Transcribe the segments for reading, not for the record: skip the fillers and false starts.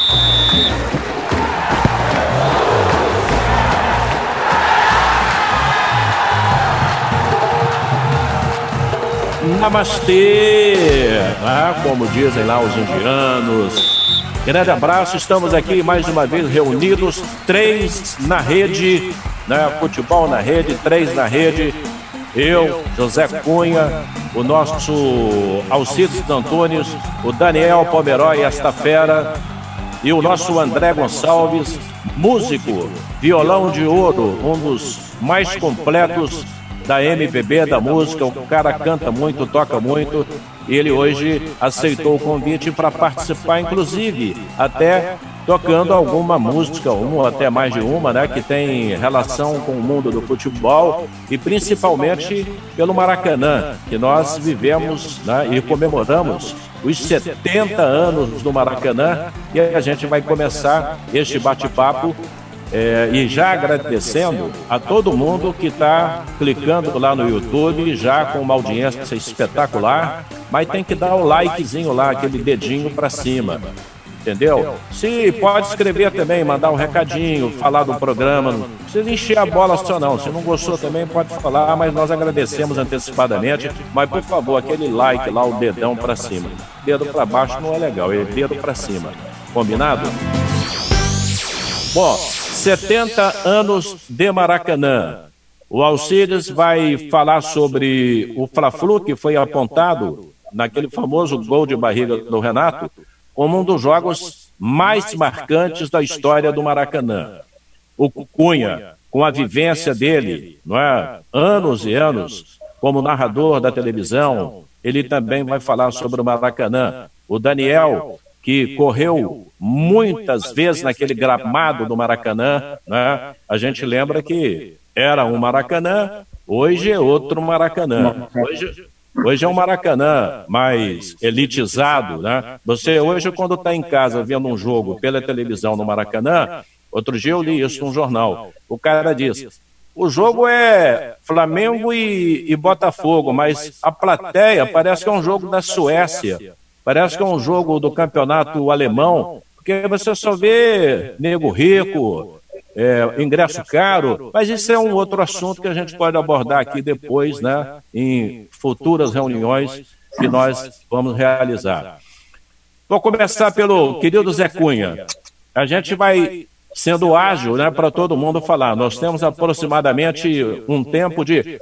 Namastê, como dizem lá os indianos. Grande abraço, estamos aqui mais uma vez reunidos, 3 na rede, futebol na rede, 3 na rede. Eu, José Cunha, o nosso Alcides Antunes, o Daniel Pomeroy, esta fera, e o nosso André Gonçalves, músico, violão de ouro, um dos mais completos da MPB, da música. O cara canta muito, toca muito, e ele hoje aceitou o convite para participar, inclusive até tocando alguma música, uma ou até mais de uma, que tem relação com o mundo do futebol e principalmente pelo Maracanã, que nós vivemos, e comemoramos os 70 anos do Maracanã, e a gente vai começar este bate-papo e já agradecendo a todo mundo que está clicando lá no YouTube, já com uma audiência espetacular, mas tem que dar o likezinho lá, aquele dedinho para cima. Entendeu? Se pode escrever também, mandar um recadinho, falar do programa, não precisa encher a bola só não. Se não gostou também pode falar, mas nós agradecemos antecipadamente. Mas por favor, aquele like lá, o dedão para cima. Dedo para baixo não é legal, é dedo para cima. Combinado? Bom, 70 anos de Maracanã. O Alcides vai falar sobre o Fla-Flu, que foi apontado naquele famoso gol de barriga do Renato, como um dos jogos mais marcantes da história do Maracanã. O Cunha, com a vivência dele, anos e anos, como narrador da televisão, ele também vai falar sobre o Maracanã. O Daniel, que correu muitas vezes naquele gramado do Maracanã, a gente lembra que era um Maracanã, hoje é outro Maracanã. Hoje é um Maracanã mais elitizado, Você hoje, quando está em casa vendo um jogo pela televisão no Maracanã, outro dia eu li isso num jornal, o cara disse, o jogo é Flamengo e Botafogo, mas a plateia parece que é um jogo da Suécia, parece que é um jogo do campeonato alemão, porque você só vê nego rico, ingresso caro, mas isso é um outro assunto que a gente pode abordar aqui depois, em futuras reuniões que nós vamos realizar. Vou começar pelo querido Zé Cunha. A gente vai sendo ágil, para todo mundo falar. Nós temos aproximadamente um tempo de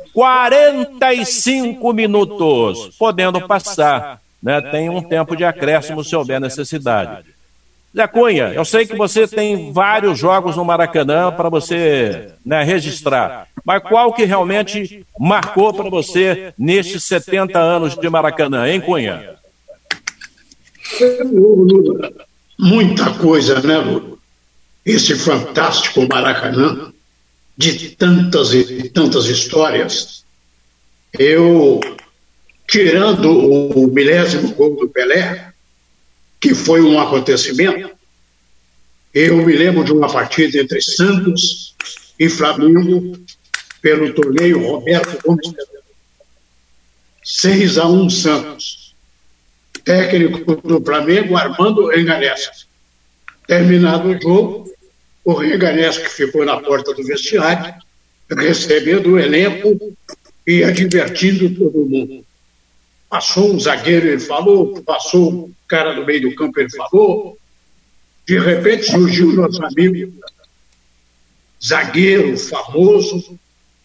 45 minutos, podendo passar, tem um tempo de acréscimo se houver necessidade. Zé Cunha, eu sei que você tem vários jogos no Maracanã para você registrar, mas qual que realmente marcou para você nestes 70 anos de Maracanã, hein, Cunha? Muita coisa, Lula? Esse fantástico Maracanã, de tantas e tantas histórias. Eu, tirando o 10º gol do Pelé, que foi um acontecimento, eu me lembro de uma partida entre Santos e Flamengo pelo torneio Roberto Gomes. 6-1 Santos. Técnico do Flamengo, Armando Renganeschi. Terminado o jogo, o Renganeschi ficou na porta do vestiário, recebendo o elenco e advertindo todo mundo. Passou um zagueiro, ele falou, passou um cara no meio do campo, ele falou. De repente surgiu o nosso amigo, zagueiro famoso,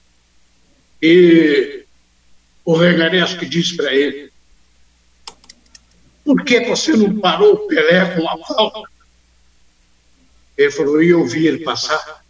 e o Renganeschi disse para ele, por que você não parou o Pelé com a falta? Ele falou, e eu vi ele passar.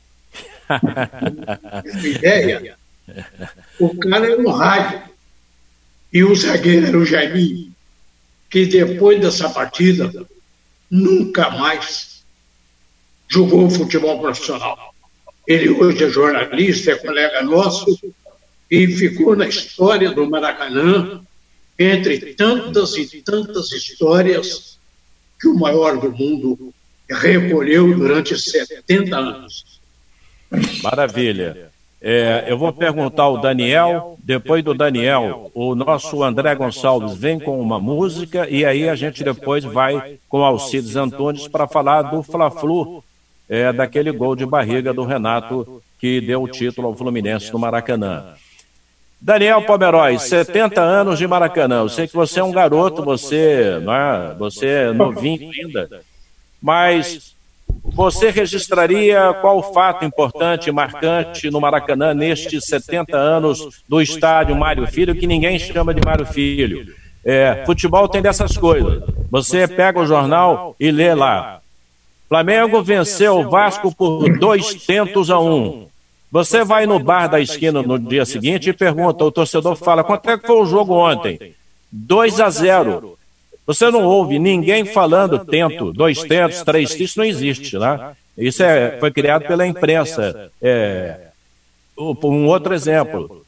Ideia, o cara era um rádio. E o zagueiro era o Jaiminho, que depois dessa partida nunca mais jogou futebol profissional. Ele hoje é jornalista, é colega nosso e ficou na história do Maracanã, entre tantas e tantas histórias que o maior do mundo recolheu durante 70 anos. Maravilha. Eu vou perguntar ao Daniel, depois do Daniel, o nosso André Gonçalves vem com uma música e aí a gente depois vai com Alcides Antunes para falar do Fla-Flu, daquele gol de barriga do Renato que deu o título ao Fluminense no Maracanã. Daniel Pomeroy, 70 anos de Maracanã. Eu sei que você é um garoto, você é novinho ainda, mas você registraria qual fato importante e marcante no Maracanã nestes 70 anos do estádio Mário Filho, que ninguém chama de Mário Filho? Futebol tem dessas coisas. Você pega o jornal e lê lá: Flamengo venceu o Vasco por 2-1. Você vai no bar da esquina no dia seguinte e pergunta, o torcedor fala, quanto é que foi o jogo ontem? 2-0. Você não ouve ninguém falando tento, 2 tentos, 3 tentos, isso não existe, né? Isso foi criado pela imprensa. Um outro exemplo,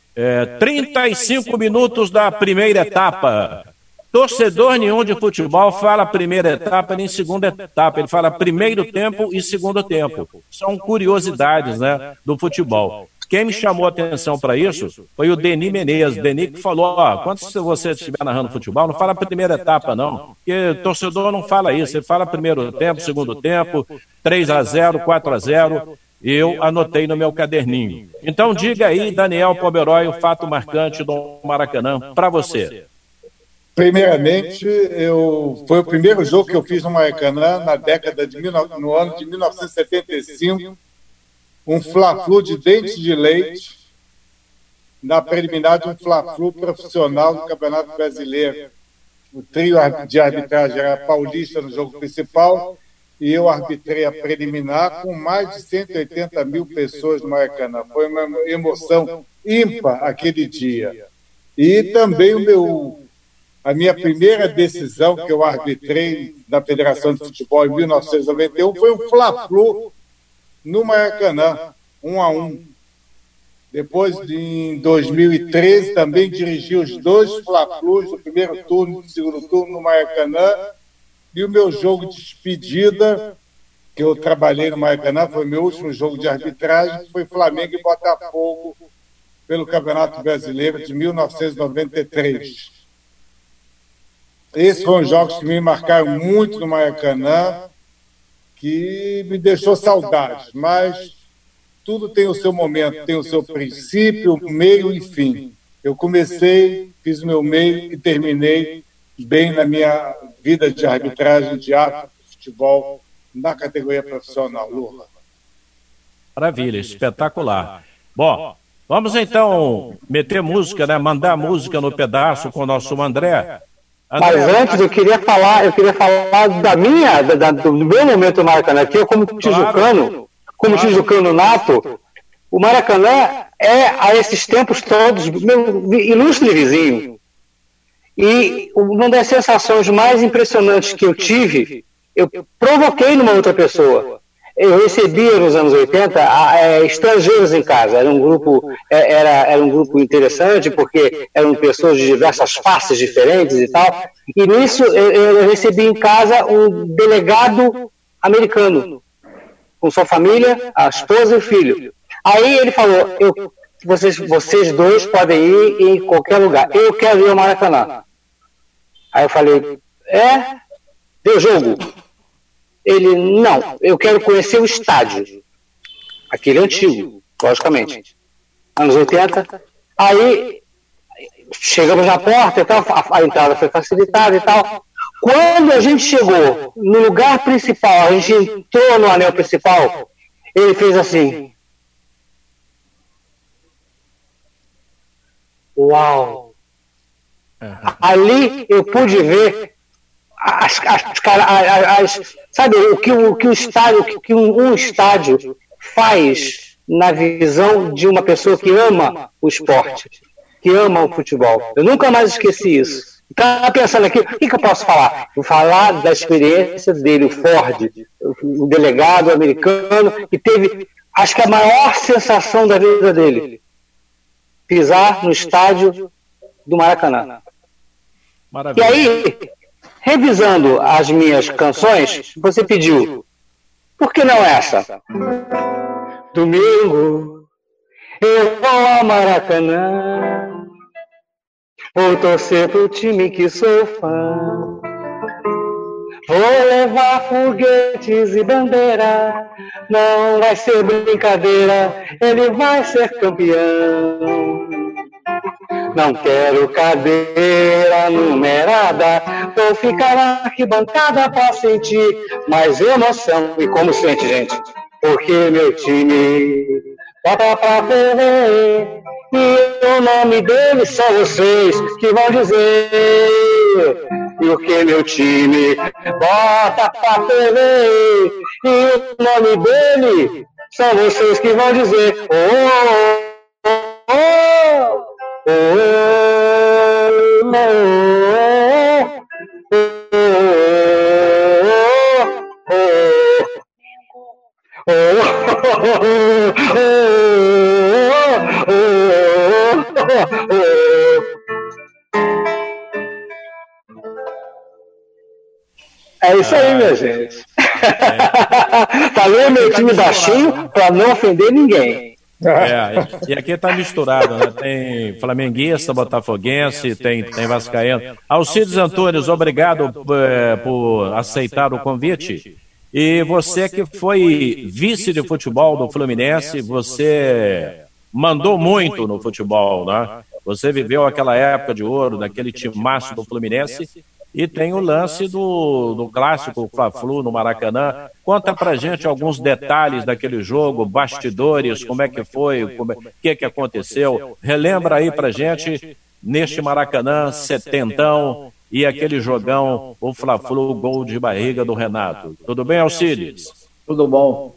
35 minutos da primeira etapa. Torcedor nenhum de futebol fala primeira etapa nem segunda etapa, ele fala primeiro tempo e segundo tempo. São curiosidades, né, do futebol. Quem me chamou a atenção para isso foi o Denis Menezes. Denis que falou, quando você estiver narrando futebol, não fala primeira etapa não, porque o torcedor não fala isso, ele fala primeiro tempo, segundo tempo, 3-0, 4-0, eu anotei no meu caderninho. Então diga aí, Daniel Pomeroy, o fato marcante do Maracanã para você. Primeiramente, foi o primeiro jogo que eu fiz no Maracanã no ano de 1975, um Fla-Flu de dente de leite, na preliminar de um Fla-Flu profissional do Campeonato Brasileiro. O trio de arbitragem era paulista no jogo principal e eu arbitrei a preliminar com mais de 180 mil pessoas no Maracanã. Foi uma emoção ímpar aquele dia. E também a minha primeira decisão que eu arbitrei na Federação de Futebol em 1991 foi um Fla-Flu no Maracanã, 1-1. Depois, em 2013, também dirigi os 2 Fla-Flus, do primeiro turno e do segundo turno no Maracanã. E o meu jogo de despedida, que eu trabalhei no Maracanã, foi meu último jogo de arbitragem, foi Flamengo e Botafogo pelo Campeonato Brasileiro de 1993. Esses foram jogos que me marcaram muito no Maracanã, que me deixou saudades, mas tudo tem o seu momento, tem o seu princípio, meio e fim. Eu comecei, fiz o meu meio e terminei bem na minha vida de arbitragem de árbitro de futebol na categoria profissional, Lula. Maravilha, espetacular. Bom, vamos então meter música, né? Mandar música no pedaço com o nosso André. Mas antes eu queria falar do meu momento no Maracanã, que eu como tijucano nato, o Maracanã a esses tempos todos, meu ilustre vizinho. E uma das sensações mais impressionantes que eu tive, eu provoquei numa outra pessoa. Eu recebia nos anos 80 estrangeiros em casa. Era um grupo interessante, porque eram pessoas de diversas faces diferentes e tal. E nisso eu recebi em casa um delegado americano, com sua família, a esposa e o filho. Aí ele falou, vocês dois podem ir em qualquer lugar. Eu quero ir ao Maracanã. Aí eu falei, deu jogo. Ele, não, eu quero conhecer o estádio. Aquele antigo, logicamente. Anos 80. Aí, chegamos na porta e tal, a entrada foi facilitada e tal. Quando a gente chegou no lugar principal, a gente entrou no anel principal, ele fez assim. Uau! Ali eu pude ver sabe, o que um estádio faz na visão de uma pessoa que ama o esporte, que ama o futebol. Eu nunca mais esqueci isso. Estava pensando aqui, o que eu posso falar? Vou falar da experiência dele, o Ford, o delegado americano, que teve, acho que a maior sensação da vida dele, pisar no estádio do Maracanã. Maravilha. E aí, revisando as minhas canções, você pediu, por que não essa? Domingo, Eu vou ao Maracanã, vou torcer pro time que sou fã. Vou levar foguetes e bandeira, não vai ser brincadeira, ele vai ser campeão. Não quero cadeira numerada, vou ficar na arquibancada pra sentir mais emoção. E como sente, gente? Porque meu time bota pra correr, e o nome dele são vocês que vão dizer. Porque meu time bota pra correr, e o nome dele são vocês que vão dizer. Oh, oh, oh. Oh, é isso aí, minha gente. Falei meu time baixinho para não ofender ninguém. E aqui tá misturado, né? Tem flamenguista, botafoguense, tem vascaíno. Alcides Antunes, obrigado por aceitar o convite. E você que foi vice de futebol do Fluminense, você mandou muito no futebol, né? Você viveu aquela época de ouro, daquele timaço do Fluminense. E tem o lance do clássico Fla-Flu no Maracanã. Conta pra gente alguns detalhes daquele jogo, bastidores, como é que foi, o que aconteceu. Relembra aí pra gente, neste Maracanã, setentão, e aquele jogão, o Fla-Flu, gol de barriga do Renato. Tudo bem, Alcides? Tudo bom.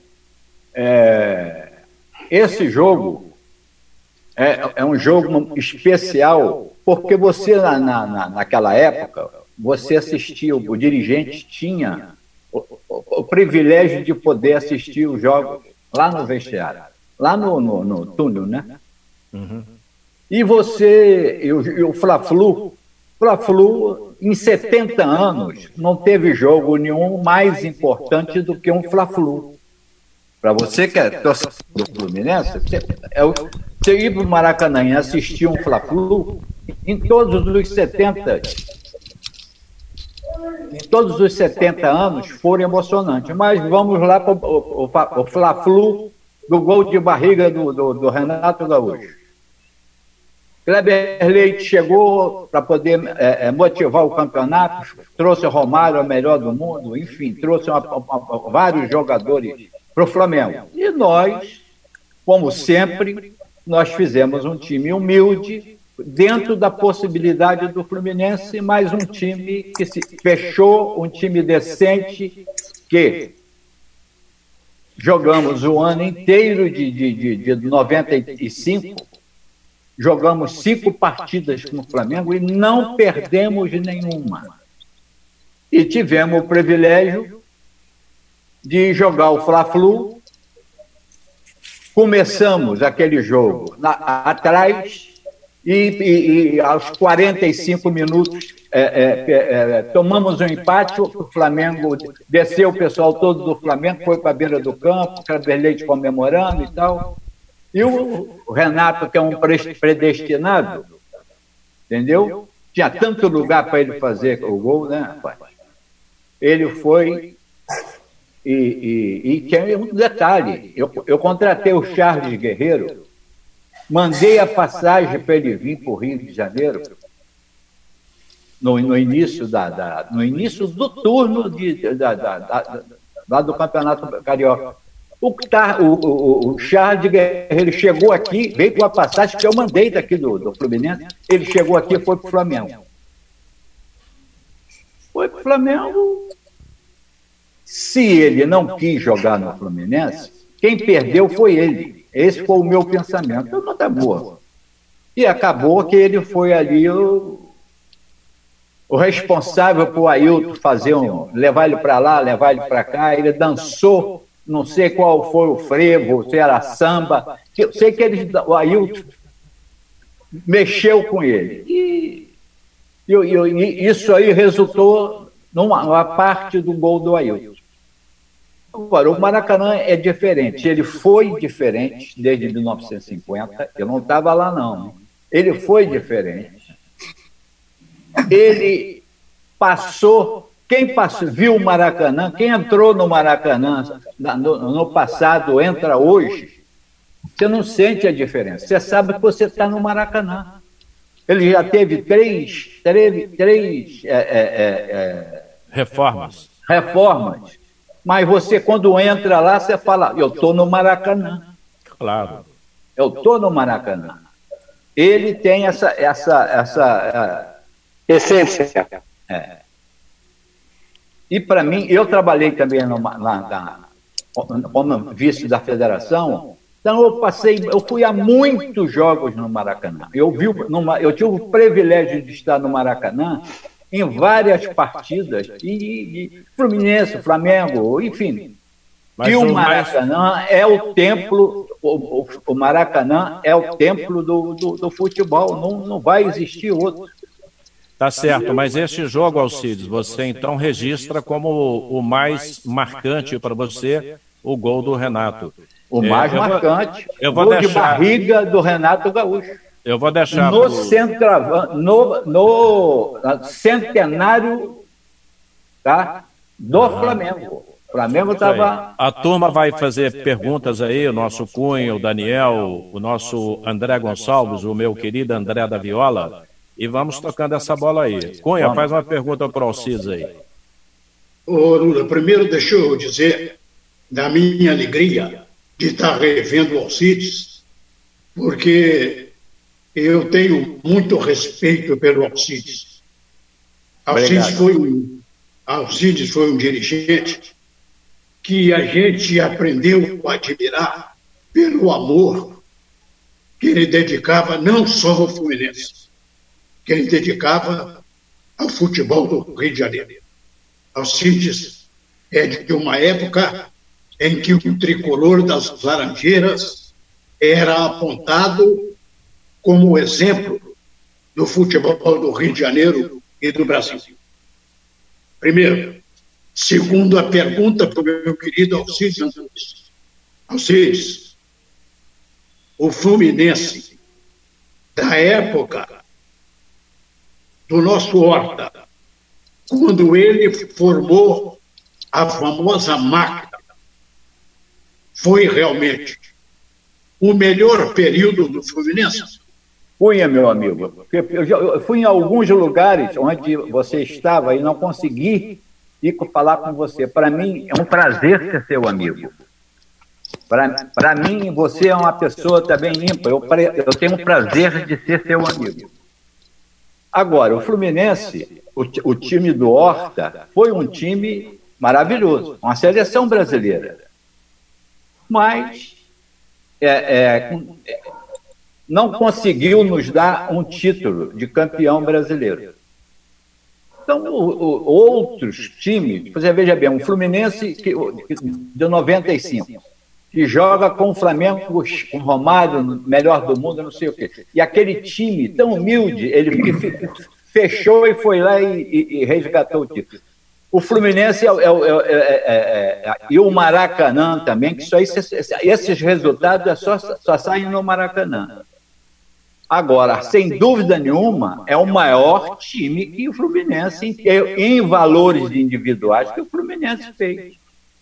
Esse jogo é um jogo especial, porque você, naquela época, você assistia, o dirigente tinha o privilégio de poder assistir os jogos lá no vestiário, lá no túnel, né? Uhum. E o Fla-Flu, em 70 anos, não teve jogo nenhum mais importante do que um Fla-Flu. Para você que é torcedor do Fluminense, você ir para o Maracanã e assistir um Fla-Flu, em todos os 70 anos foram emocionantes. Mas vamos lá para o Fla-Flu do gol de barriga do Renato Gaúcho. Kleber Leite chegou para poder motivar o campeonato, trouxe o Romário, o melhor do mundo, enfim, trouxe vários jogadores para o Flamengo. E nós, como sempre, nós fizemos um time humilde, dentro da possibilidade do Fluminense, mais um time que se fechou, um time decente, que jogamos o ano inteiro de 95, jogamos 5 partidas com o Flamengo e não perdemos nenhuma. E tivemos o privilégio de jogar o Fla-Flu. Começamos aquele jogo atrás e aos 45 minutos tomamos um empate. O Flamengo desceu, o pessoal todo do Flamengo foi para a beira do campo, Kleber Leite comemorando e tal. E o Renato, que é um predestinado, entendeu? Tinha tanto lugar para ele fazer o gol, né, rapaz? Ele foi e tinha um detalhe. Eu contratei o Charles Guerreiro, mandei a passagem para ele vir para o Rio de Janeiro no início do turno lá do Campeonato Carioca. O Charles Guerreiro chegou aqui, veio com a passagem que eu mandei daqui do Fluminense, ele chegou aqui e foi para o Flamengo. Foi para o Flamengo. Se ele não quis jogar no Fluminense, quem perdeu foi ele. Esse foi o meu pensamento. Não tá boa. E acabou que ele foi ali o responsável por Ailton levar ele para lá, levar ele para cá. Ele dançou, não sei qual foi o frevo, se era samba. Eu sei que o Ailton mexeu com ele. E isso aí resultou numa parte do gol do Ailton. Agora, o Maracanã é diferente. Ele foi diferente desde 1950. Eu não estava lá, não. Ele foi diferente. Ele passou... Quem viu o Maracanã, quem entrou no Maracanã no passado, entra hoje, você não sente a diferença. Você sabe que você está no Maracanã. Ele já teve três reformas. Mas você, quando entra lá, você fala, eu estou no Maracanã. Claro. Eu estou no Maracanã. Ele tem essa essência. E, para mim, eu trabalhei também como vice da federação, então eu fui a muitos jogos no Maracanã. Eu tive o privilégio de estar no Maracanã em várias partidas, e Fluminense, Flamengo, enfim. E o Maracanã é o templo, o Maracanã é o templo do futebol, não vai existir outro. Tá certo, mas este jogo, Alcides, você então registra como o mais marcante para você o gol do Renato. O mais marcante, eu vou gol deixar... de barriga do Renato Gaúcho. Eu vou deixar... No centenário, tá, do Flamengo. O Flamengo estava... A turma vai fazer perguntas aí, o nosso Cunha, o Daniel, o nosso André Gonçalves, o meu querido André da Viola... E vamos tocando essa bola aí. Cunha, faz uma pergunta para o Alcides aí. Ô, Lula, primeiro deixa eu dizer da minha alegria de estar revendo o Alcides, porque eu tenho muito respeito pelo Alcides. Alcides foi um dirigente que a gente aprendeu a admirar pelo amor que ele dedicava não só ao Fluminense, que ele dedicava ao futebol do Rio de Janeiro. Alcides é de uma época em que o tricolor das Laranjeiras era apontado como exemplo do futebol do Rio de Janeiro e do Brasil. Primeiro. Segundo, a pergunta para o meu querido Alcides Antunes. Alcides, o Fluminense da época do nosso Horta, quando ele formou a famosa máquina, foi realmente o melhor período do Fluminense? Cunha, meu amigo. Eu fui em alguns lugares onde você estava e não consegui ir falar com você. Para mim, é um prazer ser seu amigo. Para mim, você é uma pessoa também ímpar. Eu tenho o prazer de ser seu amigo. Agora, o Fluminense, o time do Horta, foi um time maravilhoso, uma seleção brasileira. Mas não conseguiu nos dar um título de campeão brasileiro. Então, outros times, você veja bem, um Fluminense de 95, que joga com o Flamengo, com o Romário, melhor do mundo, não sei o quê. E aquele time tão humilde, ele fechou e foi lá e resgatou o título. O Fluminense e o Maracanã também, que esses resultados só saem no Maracanã. Agora, sem dúvida nenhuma, é o maior time que o Fluminense, em valores individuais, que o Fluminense fez.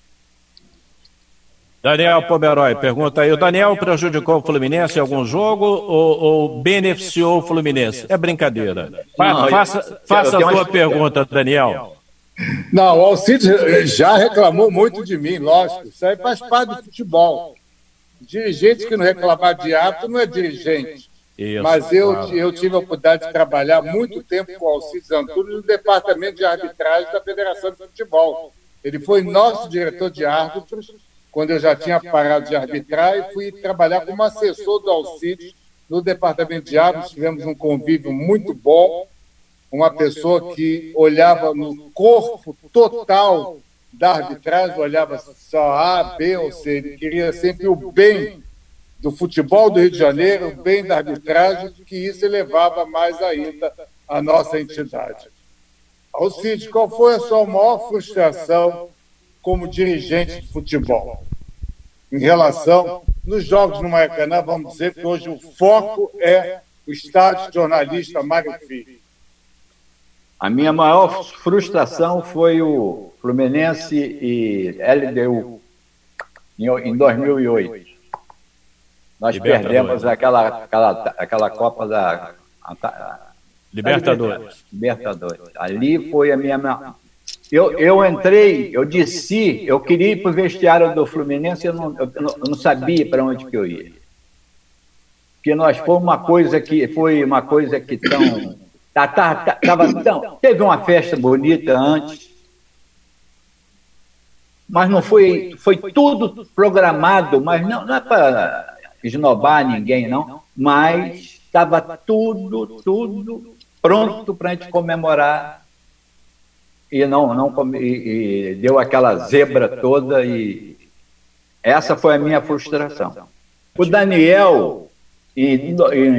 Daniel Pomeroy, pergunta aí, o Daniel prejudicou o Fluminense em algum jogo ou beneficiou o Fluminense? É brincadeira. Faça a sua pergunta, Daniel. Não, o Alcides já reclamou muito de mim, lógico. Isso aí faz parte do futebol. Dirigente que não reclamar de árbitro não é dirigente. Isso, mas eu tive a oportunidade de trabalhar muito tempo com o Alcides Antunes no departamento de arbitragem da Federação de Futebol. Ele foi nosso diretor de árbitros quando eu já tinha parado de arbitrar e fui trabalhar como assessor do Alcides no departamento de árbitros. Tivemos um convívio muito bom, uma pessoa que olhava no corpo total da arbitragem, olhava só A, B ou C, ele queria sempre o bem do futebol do Rio de Janeiro, o bem da arbitragem, que isso elevava mais ainda a nossa entidade. Alcides, qual foi a sua maior frustração como dirigente de futebol. Em relação, nos jogos no Maracanã, vamos dizer que hoje o foco é o estádio jornalista Mário Filho. A minha maior frustração foi o Fluminense e LDU em 2008. Nós perdemos aquela Copa da Libertadores. Ali foi a minha... Eu entrei, eu desci, eu queria ir para o vestiário do Fluminense, eu não sabia para onde que eu ia. Porque foi uma coisa que tão... Teve uma festa bonita antes, mas não foi tudo programado, mas não é para esnobar ninguém, não, mas estava tudo pronto para a gente comemorar e e deu aquela zebra toda e essa foi a minha frustração. O Daniel, em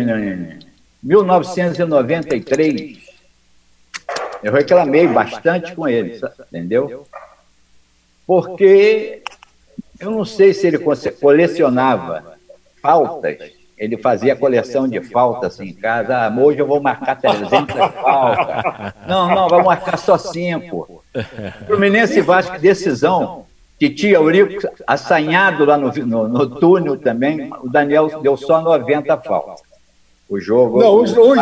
1993, eu reclamei bastante com ele, entendeu? Porque eu não sei se ele colecionava faltas, ele fazia coleção de faltas assim, em casa. Hoje eu vou marcar 300 faltas. Não, vou marcar só 5. Fluminense e Vasco, decisão, que tinha Eurico assanhado lá no túnel também, o Daniel deu só 90 faltas. O jogo... Não,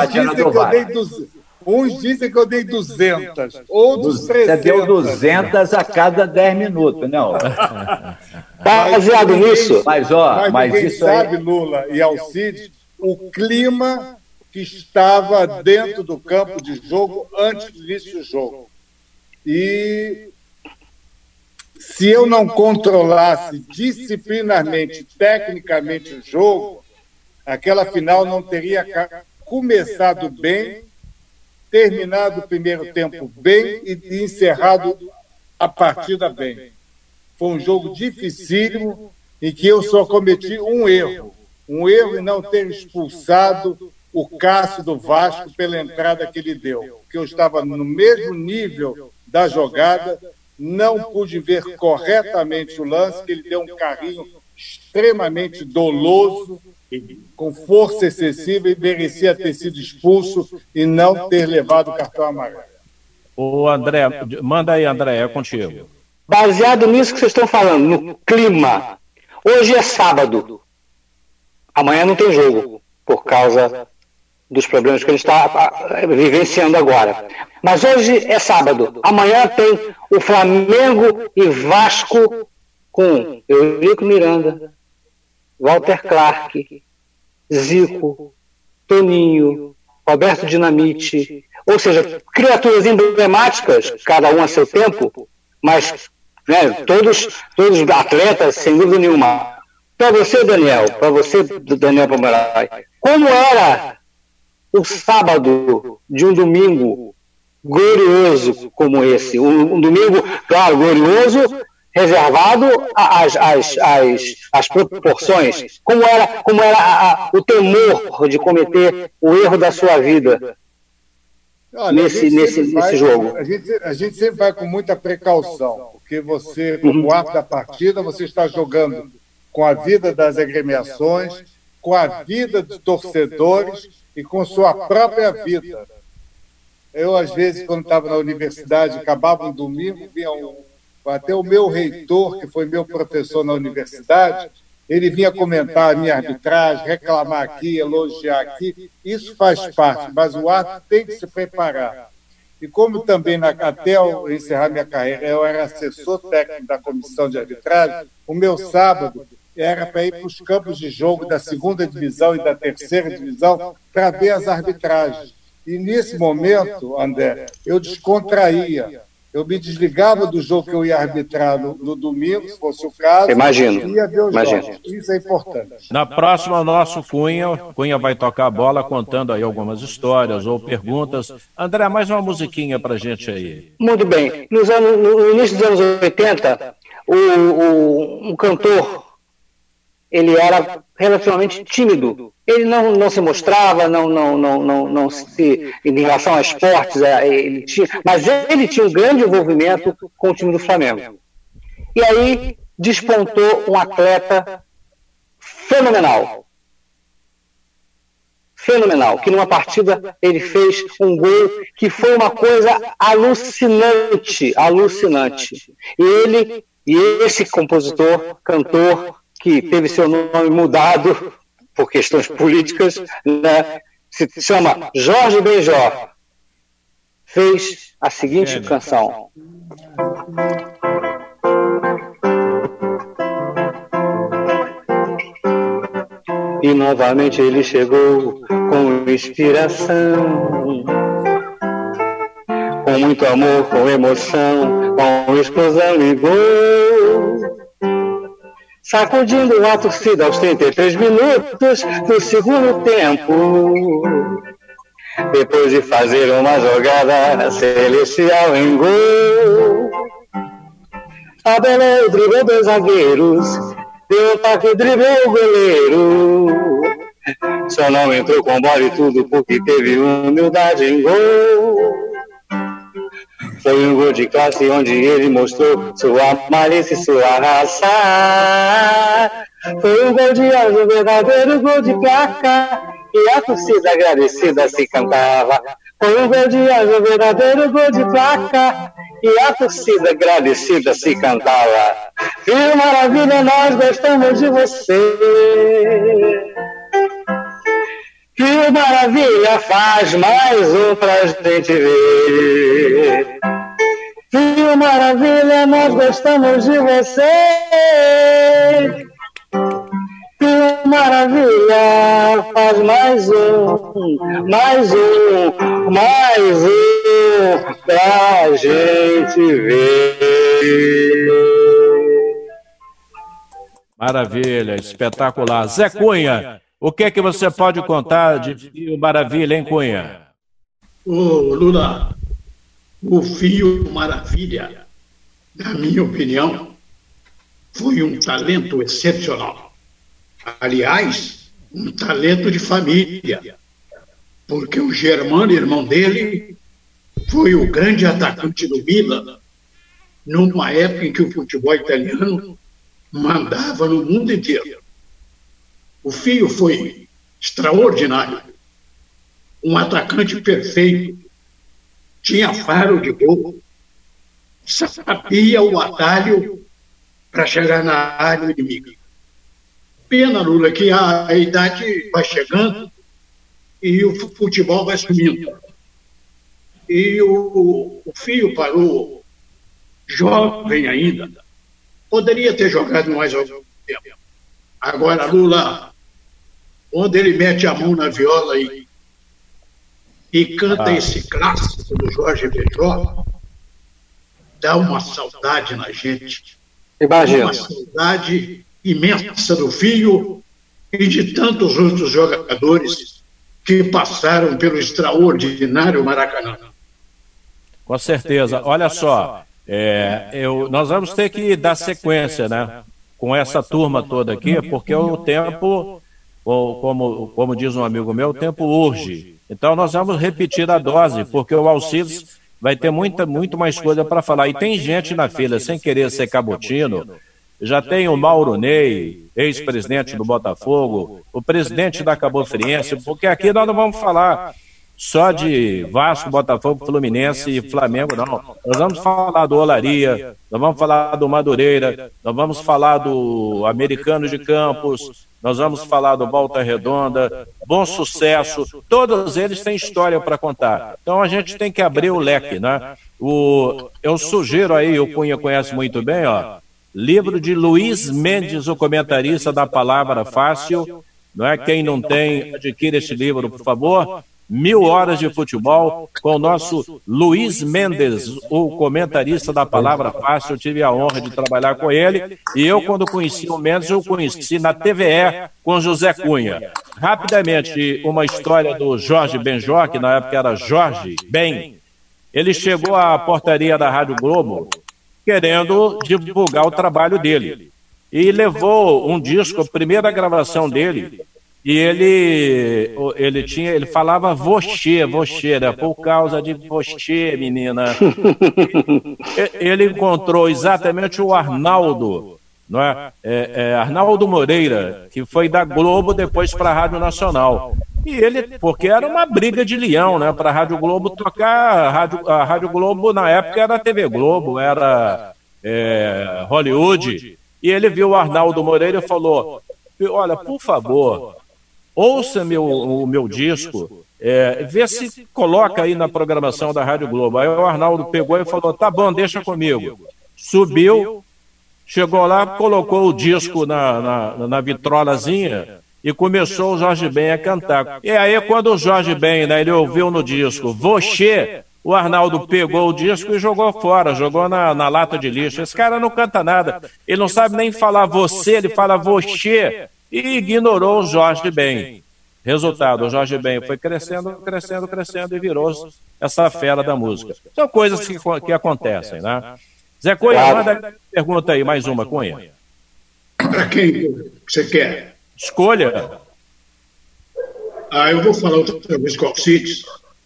uns dizem que eu dei 200, outros 300. Você deu 200 a cada 10 minutos, não. Baseado nisso. Mas ninguém isso sabe, aí... Lula e Alcides, o clima que estava dentro do campo de jogo antes do início do jogo. E se eu não controlasse disciplinarmente, tecnicamente o jogo, aquela final não teria começado bem, terminado o primeiro tempo bem e encerrado a partida bem. Foi um jogo dificílimo em que eu só cometi um erro em não ter expulsado o Cássio do Vasco pela entrada que ele deu, porque eu estava no mesmo nível da jogada, não pude ver corretamente o lance, que ele deu um carrinho extremamente doloso, com força excessiva, e merecia ter sido expulso e não ter levado o cartão amarelo. Ô André, manda aí, André, é contigo. Baseado nisso que vocês estão falando, no clima, hoje é sábado, amanhã não tem jogo, por causa dos problemas que a gente está vivenciando agora. Mas hoje é sábado, amanhã tem o Flamengo e Vasco com Eurico Miranda, Walter Clark, Zico, Toninho, Roberto Dinamite, ou seja, criaturas emblemáticas, cada um a seu tempo, mas todos atletas, sem dúvida nenhuma. Para você, Daniel Pomeroy, como era o sábado de um domingo glorioso como esse? Um domingo, claro, glorioso, reservado às proporções. Como era o temor de cometer o erro da sua vida? Olha, nesse jogo. A gente sempre vai com muita precaução, porque você, como árbitro da partida, você está jogando com a vida das agremiações, com a vida dos torcedores e com sua própria vida. Eu, às vezes, quando estava na universidade, acabava um domingo, vinha até o meu reitor, que foi meu professor na universidade, ele vinha comentar a minha arbitragem, reclamar aqui, elogiar aqui. Isso faz parte, mas o árbitro tem que se preparar. E como também, até eu encerrar minha carreira, eu era assessor técnico da comissão de arbitragem, o meu sábado era para ir para os campos de jogo da 2ª divisão e da 3ª divisão para ver as arbitragens. E nesse momento, André, eu descontraía. Eu me desligava do jogo que eu ia arbitrar no domingo, se fosse o caso. Imagino. Ia ver os jogos. Isso é importante. Na próxima, o nosso Cunha vai tocar a bola contando aí algumas histórias ou perguntas. André, mais uma musiquinha pra gente aí. Muito bem. No início dos anos 80, um cantor, ele era relativamente tímido. Ele não se mostrava, não se, em relação a esportes, mas ele tinha um grande envolvimento com o time do Flamengo. E aí despontou um atleta fenomenal, que numa partida ele fez um gol que foi uma coisa alucinante. E esse compositor, cantor, que teve seu nome mudado por questões políticas, né, se chama Jorge Benjor, fez a seguinte canção. E novamente ele chegou com inspiração, com muito amor, com emoção, com explosão e gol, sacudindo a torcida aos 33 minutos do segundo tempo, depois de fazer uma jogada celestial em gol. Tabelou, driblou 2 zagueiros, deu um toque, driblou o goleiro, só não entrou com bola e tudo porque teve humildade em gol. Foi um gol de classe onde ele mostrou sua malícia e sua raça. Foi um gol de anjo, verdadeiro gol de placa, e a torcida agradecida se cantava. Foi um gol de anjo, verdadeiro gol de placa, e a torcida agradecida se cantava. Viu, maravilha, nós gostamos de você. Que maravilha, faz mais um pra gente ver. Que maravilha, nós gostamos de você. Que maravilha, faz mais um pra gente ver. Maravilha, espetacular. Zé Cunha, o que é que você pode contar de Fio Maravilha, hein, Cunha? Ô, Lula, o Fio Maravilha, na minha opinião, foi um talento excepcional. Aliás, um talento de família, porque o Germano, irmão dele, foi o grande atacante do Milan, numa época em que o futebol italiano mandava no mundo inteiro. O Fio foi extraordinário, um atacante perfeito, tinha faro de gol, sabia o atalho para chegar na área inimiga. Pena, Lula, que a idade vai chegando e o futebol vai sumindo. E o Fio parou jovem ainda. Poderia ter jogado mais algum tempo. Agora, Lula, quando ele mete a mão na viola e canta esse clássico do Jorge Benjor, dá uma saudade na gente. Imagina. Uma saudade imensa do Fio e de tantos outros jogadores que passaram pelo extraordinário Maracanã. Com certeza. Olha só, nós vamos ter que dar sequência, né, com essa turma toda aqui, porque o tempo, como diz um amigo meu, o tempo urge. Então nós vamos repetir a dose, porque o Alcides vai ter muito mais coisa para falar. E tem gente na fila, sem querer ser cabotino. Já tem o Mauro Ney, ex-presidente do Botafogo, o presidente da Cabo Friense, porque aqui nós não vamos falar só de Vasco, Botafogo, Fluminense e Flamengo, não. Nós vamos falar do Olaria, nós vamos falar do Madureira, nós vamos falar do Americano de Campos, nós vamos falar do Volta Redonda, Bom Sucesso, todos eles têm história para contar. Então a gente tem que abrir o leque, né? Eu sugiro aí, o Cunha conhece muito bem, livro de Luiz Mendes, o comentarista da Palavra Fácil, não é? Quem não tem, adquira este livro, por favor. 1000 horas de futebol, com o nosso Luiz Mendes, o comentarista da Palavra Fácil. Eu tive a honra de trabalhar com ele, e eu, quando conheci o Mendes, eu conheci na TVE com José Cunha. Rapidamente, uma história do Jorge Benjor, que na época era Jorge Ben. Ele chegou à portaria da Rádio Globo querendo divulgar o trabalho dele, e levou um disco, a primeira gravação dele, E ele falava você, né? Por causa de você, menina. Ele encontrou exatamente o Arnaldo, não é? Arnaldo Moreira, que foi da Globo depois para a Rádio Nacional. E ele, porque era uma briga de leão, né? Para a Rádio Globo tocar, a Rádio Globo na época era TV Globo, era Hollywood. E ele viu o Arnaldo Moreira e falou: olha, por favor, ouça o meu disco, vê se coloca aí na programação da Rádio Globo. Aí o Arnaldo pegou e falou: tá bom, deixa comigo. Subiu, chegou lá, colocou o disco na vitrolazinha e começou o Jorge Ben a cantar. E aí quando o Jorge Ben, né, ele ouviu no disco você, o Arnaldo pegou o disco e jogou fora, jogou na lata de lixo. Esse cara não canta nada, ele não sabe nem falar você, ele fala você, e ignorou o Jorge Ben. Resultado, o Jorge Ben foi crescendo e virou essa fera da música. São coisas que acontecem, né? Zé Cunha, manda pergunta aí, mais uma, Cunha. Para quem você quer? Escolha. Eu vou falar outra vez com o Alcides.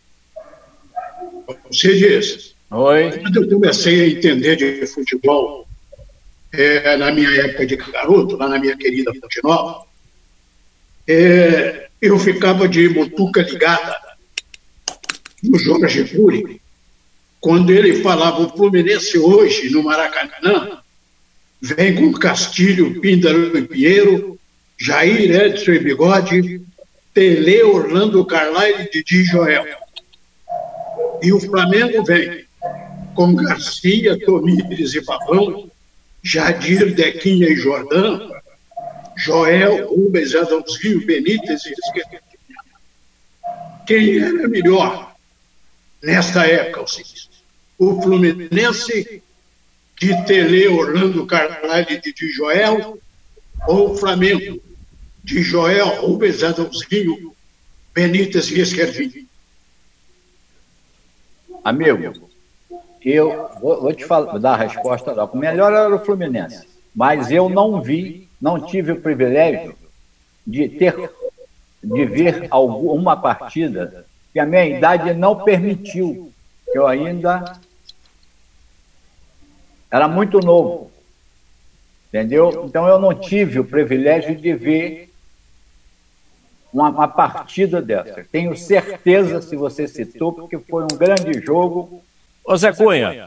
Alcides, oi. Quando eu comecei a entender de futebol, na minha época de garoto, lá na minha querida Fonte Nova, eu ficava de mutuca ligada no Jorge Cury, quando ele falava: o Fluminense hoje, no Maracanã, vem com Castilho, Píndaro e Pinheiro, Jair, Edson e Bigode, Pelé, Orlando, Carlyle, Didi e Joel. E o Flamengo vem com Garcia, Tomires e Pavão, Jadir, Dequinha e Jordão, Joel, Rubens, Adãozinho, Benítez e Esquerda. Quem era melhor nesta época, Alcides? O Fluminense de Tele, Orlando, Carlyle, Didi e Joel, ou o Flamengo de Joel, Rubens, Adãozinho, Benítez e Esquerdinho? Amigo, eu vou te dar a resposta. O melhor era o Fluminense, mas eu não tive o privilégio de ver alguma partida que a minha idade não permitiu. Eu ainda era muito novo, entendeu? Então eu não tive o privilégio de ver uma partida dessa. Tenho certeza, se você citou, porque foi um grande jogo. Ô Zé Cunha,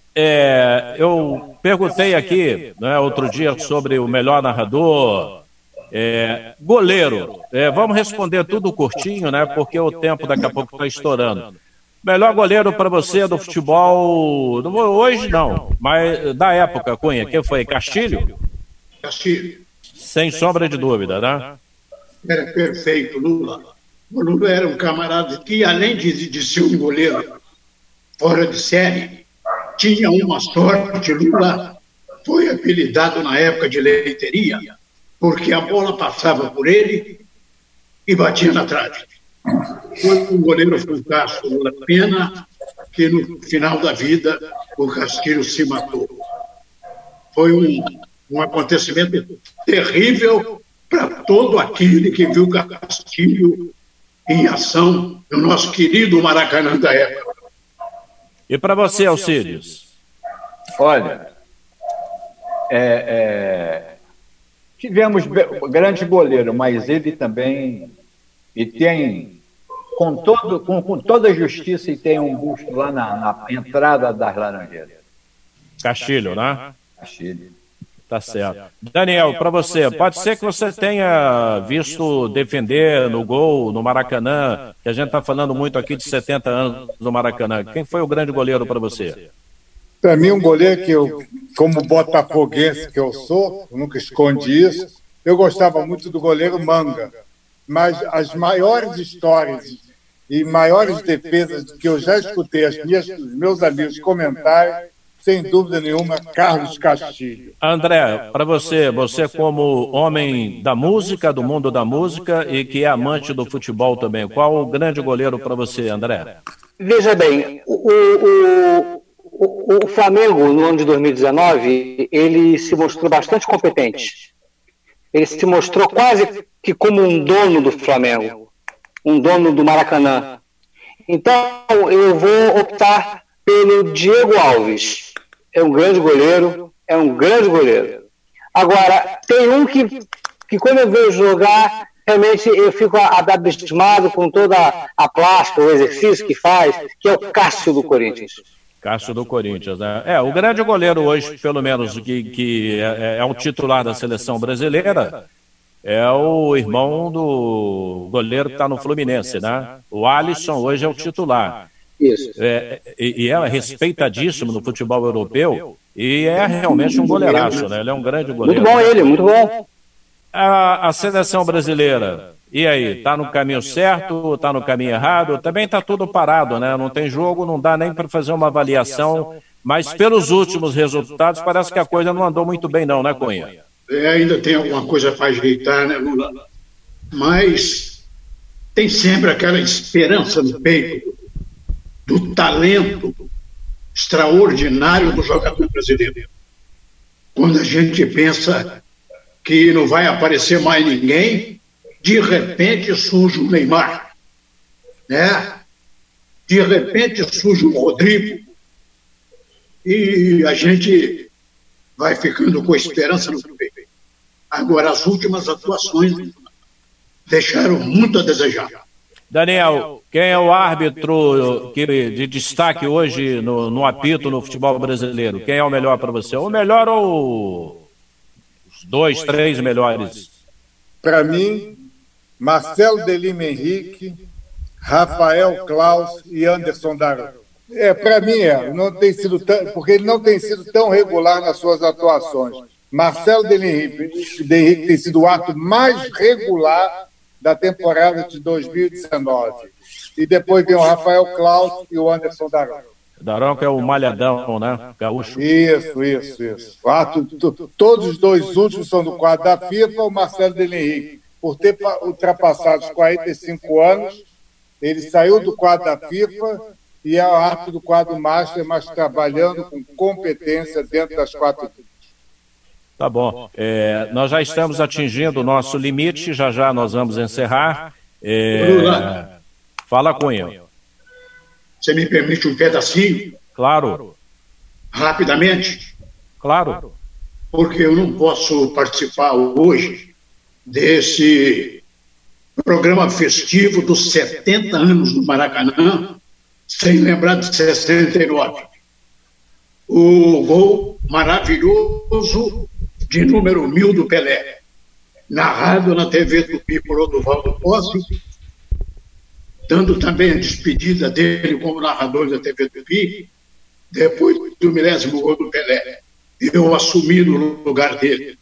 eu perguntei aqui, né, outro dia sobre o melhor narrador, goleiro. Vamos responder tudo curtinho, né? Porque o tempo daqui a pouco está estourando. Melhor goleiro para você do futebol, hoje não, mas da época, Cunha, quem foi? Castilho? Castilho. Sem sombra de dúvida, né? Era perfeito, Lula. O Lula era um camarada que, além de ser um goleiro fora de série, tinha uma sorte. Lula foi apelidado na época de leiteria, porque a bola passava por ele e batia na trave. Foi um goleiro fantástico, Lula. Pena que no final da vida o Castilho se matou. Foi um acontecimento terrível para todo aquele que viu Castilho em ação no nosso querido Maracanã da época. E para você, Alcides? Olha, tivemos grande goleiro, mas ele também, e tem, com toda a justiça, e tem um busto lá na entrada das Laranjeiras. Castilho, né? Castilho. Tá certo. Daniel, para você, pode ser que você tenha visto defender no gol, no Maracanã, que a gente está falando muito aqui de 70 anos do Maracanã. Quem foi o grande goleiro para você? Para mim, um goleiro que eu, como botafoguense que eu sou, eu nunca escondi isso, eu gostava muito do goleiro Manga. Mas as maiores histórias e maiores defesas que eu já escutei os meus amigos comentarem, sem dúvida nenhuma, Carlos Castilho. André, para você como homem da música, do mundo da música e que é amante do futebol também, qual o grande goleiro para você, André? Veja bem, o Flamengo, no ano de 2019, ele se mostrou bastante competente. Ele se mostrou quase que como um dono do Flamengo, um dono do Maracanã. Então, eu vou optar pelo Diego Alves. É um grande goleiro, Agora, tem um que quando eu vejo jogar, realmente eu fico abismado com toda a plástica, o exercício que faz, que é o Cássio do Corinthians. Cássio do Corinthians, né? O grande goleiro hoje, pelo menos, que é um titular da seleção brasileira, é o irmão do goleiro que está no Fluminense, né? O Alisson hoje é o titular. Isso. E é respeitadíssimo no futebol europeu e é realmente um goleiraço, né? Ele é um grande goleiro. Muito bom ele, muito bom. A seleção brasileira, e aí? Está no caminho certo? Está no caminho errado? Também está tudo parado, né? Não tem jogo, não dá nem para fazer uma avaliação, mas pelos últimos resultados parece que a coisa não andou muito bem não, né, Cunha? Ainda tem alguma coisa para ajeitar, né, Lula? Mas tem sempre aquela esperança no peito do talento extraordinário do jogador brasileiro. Quando a gente pensa que não vai aparecer mais ninguém, de repente surge o Neymar, né? De repente surge o Rodrigo, e a gente vai ficando com esperança no peito. Agora, as últimas atuações deixaram muito a desejar. Daniel, quem é o árbitro de destaque hoje no apito no futebol brasileiro? Quem é o melhor para você? O melhor ou os 2, 3 melhores? Para mim, Marcelo de Lima Henrique, Rafael Claus e Anderson Daron. Para mim não tem sido porque ele não tem sido tão regular nas suas atuações. Marcelo de Henrique tem sido o árbitro mais regular da temporada de 2019. E depois vem o Rafael Claus e o Anderson Daron. Daron que é o malhadão, né? Gaúcho. Isso. Todos os 2 últimos são do quadro da FIFA. O Marcelo de Henrique, por ter ultrapassado os 45 anos, ele saiu do quadro da FIFA e é o árbitro do quadro Master, mas trabalhando com competência dentro das 4 equipes. Tá bom. Nós já estamos atingindo o nosso limite, já nós vamos encerrar. Fala, Cunha. Você me permite um pedacinho? Claro. Rapidamente? Claro. Porque eu não posso participar hoje desse programa festivo dos 70 anos do Maracanã, sem lembrar de 69. O gol maravilhoso de número 1000 do Pelé, narrado na TV Tupi por Oduvaldo Posse, dando também a despedida dele como narrador da TV Tupi, depois do 1000º gol do Pelé. Eu assumi no lugar dele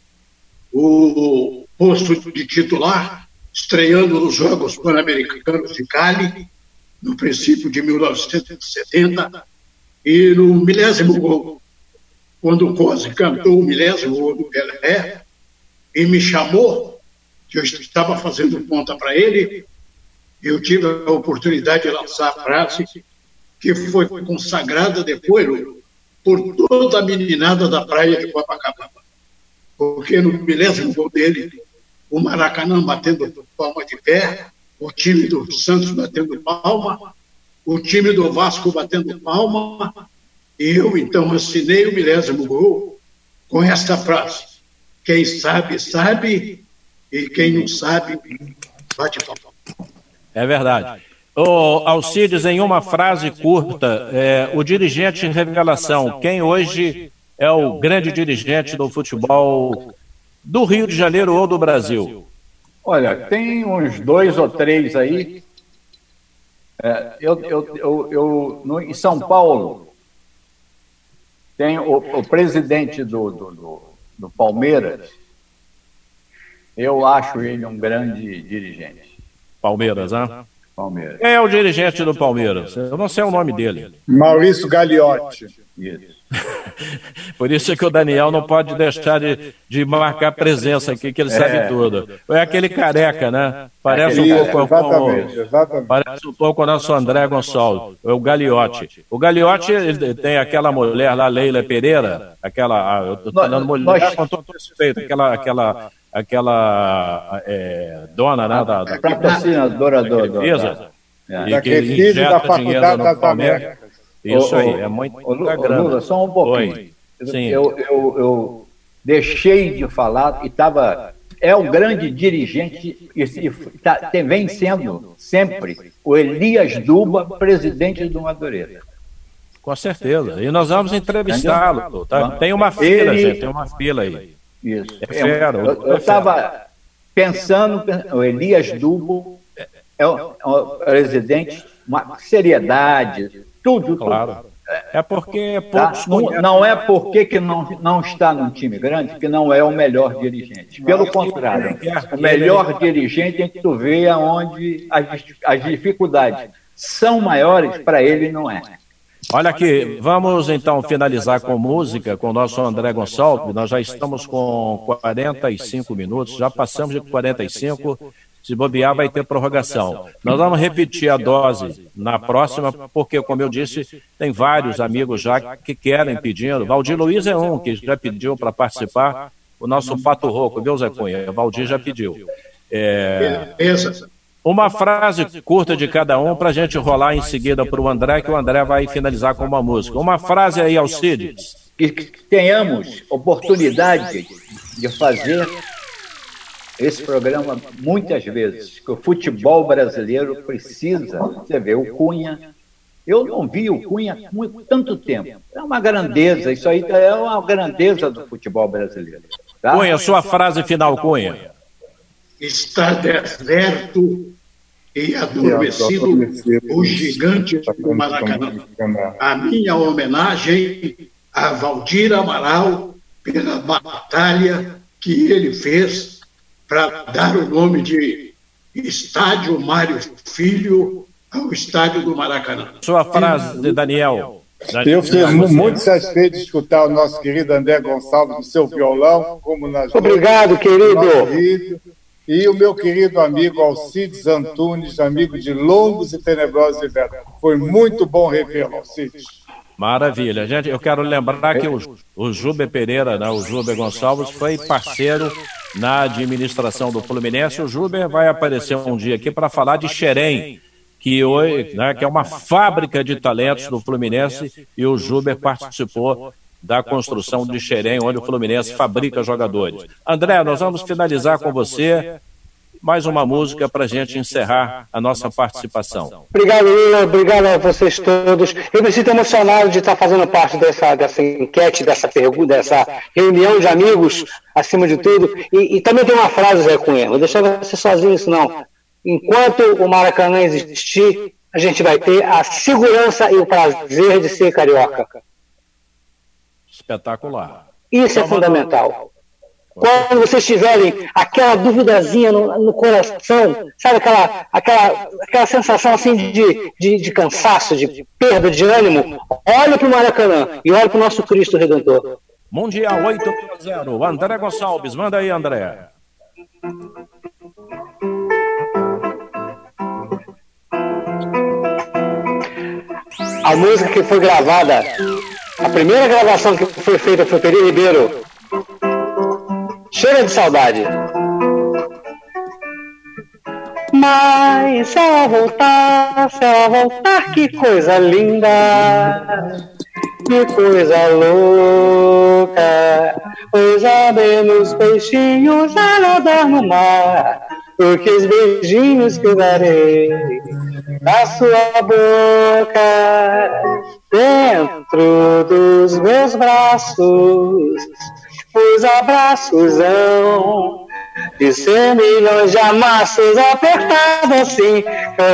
o posto de titular, estreando nos Jogos Pan-Americanos de Cali, no princípio de 1970, e no 1000º gol, quando o Cose cantou o 1000º gol do Pelé, e me chamou, que eu estava fazendo ponta para ele, eu tive a oportunidade de lançar a frase que foi consagrada depois por toda a meninada da praia de Copacabana. Porque no 1000º gol dele, o Maracanã batendo palma de pé, o time do Santos batendo palma, o time do Vasco batendo palma, e eu então assinei o 1000º gol com esta frase: quem sabe, sabe, e quem não sabe, bate palma. É verdade. Alcides, em uma frase curta, o dirigente revelação, quem hoje é o grande dirigente do futebol do Rio de Janeiro ou do Brasil? Olha, tem uns 2 ou 3 aí. Em São Paulo, tem o presidente do Palmeiras. Eu acho ele um grande dirigente. Palmeiras, né? Palmeiras. Quem é o dirigente do Palmeiras? Eu não sei o nome dele. Maurício Gagliotti. Isso. Por isso é que o Daniel não pode deixar de marcar presença aqui, que ele sabe tudo. É aquele careca, né? Parece parece um pouco o nosso André Gonçalves, é o Gagliotti. O Gagliotti ele tem aquela mulher lá, Leila Pereira, eu tô falando mulher com todo respeito, aquela dona, né? Da patrocinadora da empresa. Da Crefisa da Faculdade das Américas. Isso aí, é muito grande. Lula, só um pouquinho. Eu deixei de falar e é um grande dirigente e vem sendo sempre o Elias Duba, presidente do Madureira. Com certeza. E nós vamos entrevistá-lo. Tá? Tem uma fila, gente, tem uma fila aí. Isso. Eu estava pensando, o Elias Duba é um presidente, uma seriedade, tudo. Claro. É porque poucos não é porque que não está num time grande que não é o melhor dirigente. Pelo contrário, o melhor dirigente é que tu vê onde as dificuldades são maiores, para ele não é. Olha aqui, vamos então finalizar com música com o nosso André Gonçalves. Nós já estamos com 45 minutos, já passamos de 45. Se bobear, vai ter prorrogação. Nós vamos repetir a dose na próxima, porque, como eu disse, tem vários amigos já que querem pedindo. Valdir Luiz é um que já pediu para participar. O nosso Pato Rouco, viu, Zé Cunha? Valdir já pediu. Uma frase curta de cada um para a gente rolar em seguida para o André, que o André vai finalizar com uma música. Uma frase aí, Alcides. Que tenhamos oportunidade de fazer esse programa muitas vezes, que o futebol brasileiro precisa. Você vê, o Cunha, eu não vi o Cunha há tanto tempo. É uma grandeza, isso aí é uma grandeza do futebol brasileiro. Tá? Cunha, sua frase final, Cunha. Está deserto e adormecido o gigante do Maracanã. A minha homenagem a Valdir Amaral pela batalha que ele fez para dar o nome de Estádio Mário Filho ao Estádio do Maracanã. Sua frase, de Daniel. Eu fiquei muito satisfeito de escutar o nosso querido André Gonçalves no seu violão, como nas Obrigado, querido. E o meu querido amigo Alcides Antunes, amigo de longos e tenebrosos invernos. Foi muito bom revê-lo, Alcides. Maravilha. Gente, eu quero lembrar que o Júber Pereira, né, o Júber Gonçalves, foi parceiro na administração do Fluminense. O Júber vai aparecer um dia aqui para falar de Xerém, que hoje, né, que é uma fábrica de talentos do Fluminense, e o Júber participou da construção de Xerém, onde o Fluminense fabrica jogadores. André, nós vamos finalizar com você. Mais uma música para a gente encerrar a nossa participação. Obrigado, Lula. Obrigado a vocês todos. Eu me sinto emocionado de estar fazendo parte dessa enquete, dessa pergunta, dessa reunião de amigos, acima de tudo. E também tem uma frase, Zé Cunha, vou deixar você sozinho isso não. Enquanto o Maracanã existir, a gente vai ter a segurança e o prazer de ser carioca. Espetacular. Isso é fundamental. Quando vocês tiverem aquela duvidazinha no coração, sabe aquela sensação assim de cansaço, de perda de ânimo, olha para o Maracanã e olha para o nosso Cristo Redentor. Mundial 8-0, André Gonçalves, manda aí, André. A música que foi gravada, a primeira gravação que foi feita foi Peri Ribeiro. Cheira de saudade. Mas se ela voltar, que coisa linda, que coisa louca, pois há menos peixinhos a nadar no mar, porque os beijinhos que eu darei na sua boca, dentro dos meus braços, os abraços hão de ser milhões de amassos apertados assim,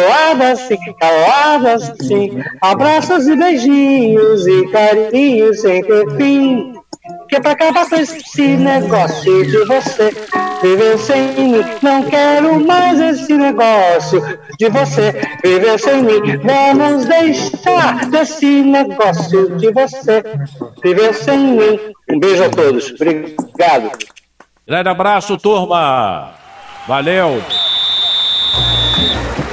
caladas assim, abraços e beijinhos e carinhos sem ter fim, que pra acabar com esse negócio de você Viveu sem mim, não quero mais esse negócio de você. Viveu sem mim, vamos deixar desse negócio de você. Viveu sem mim. Um beijo a todos. Obrigado. Grande abraço, turma. Valeu.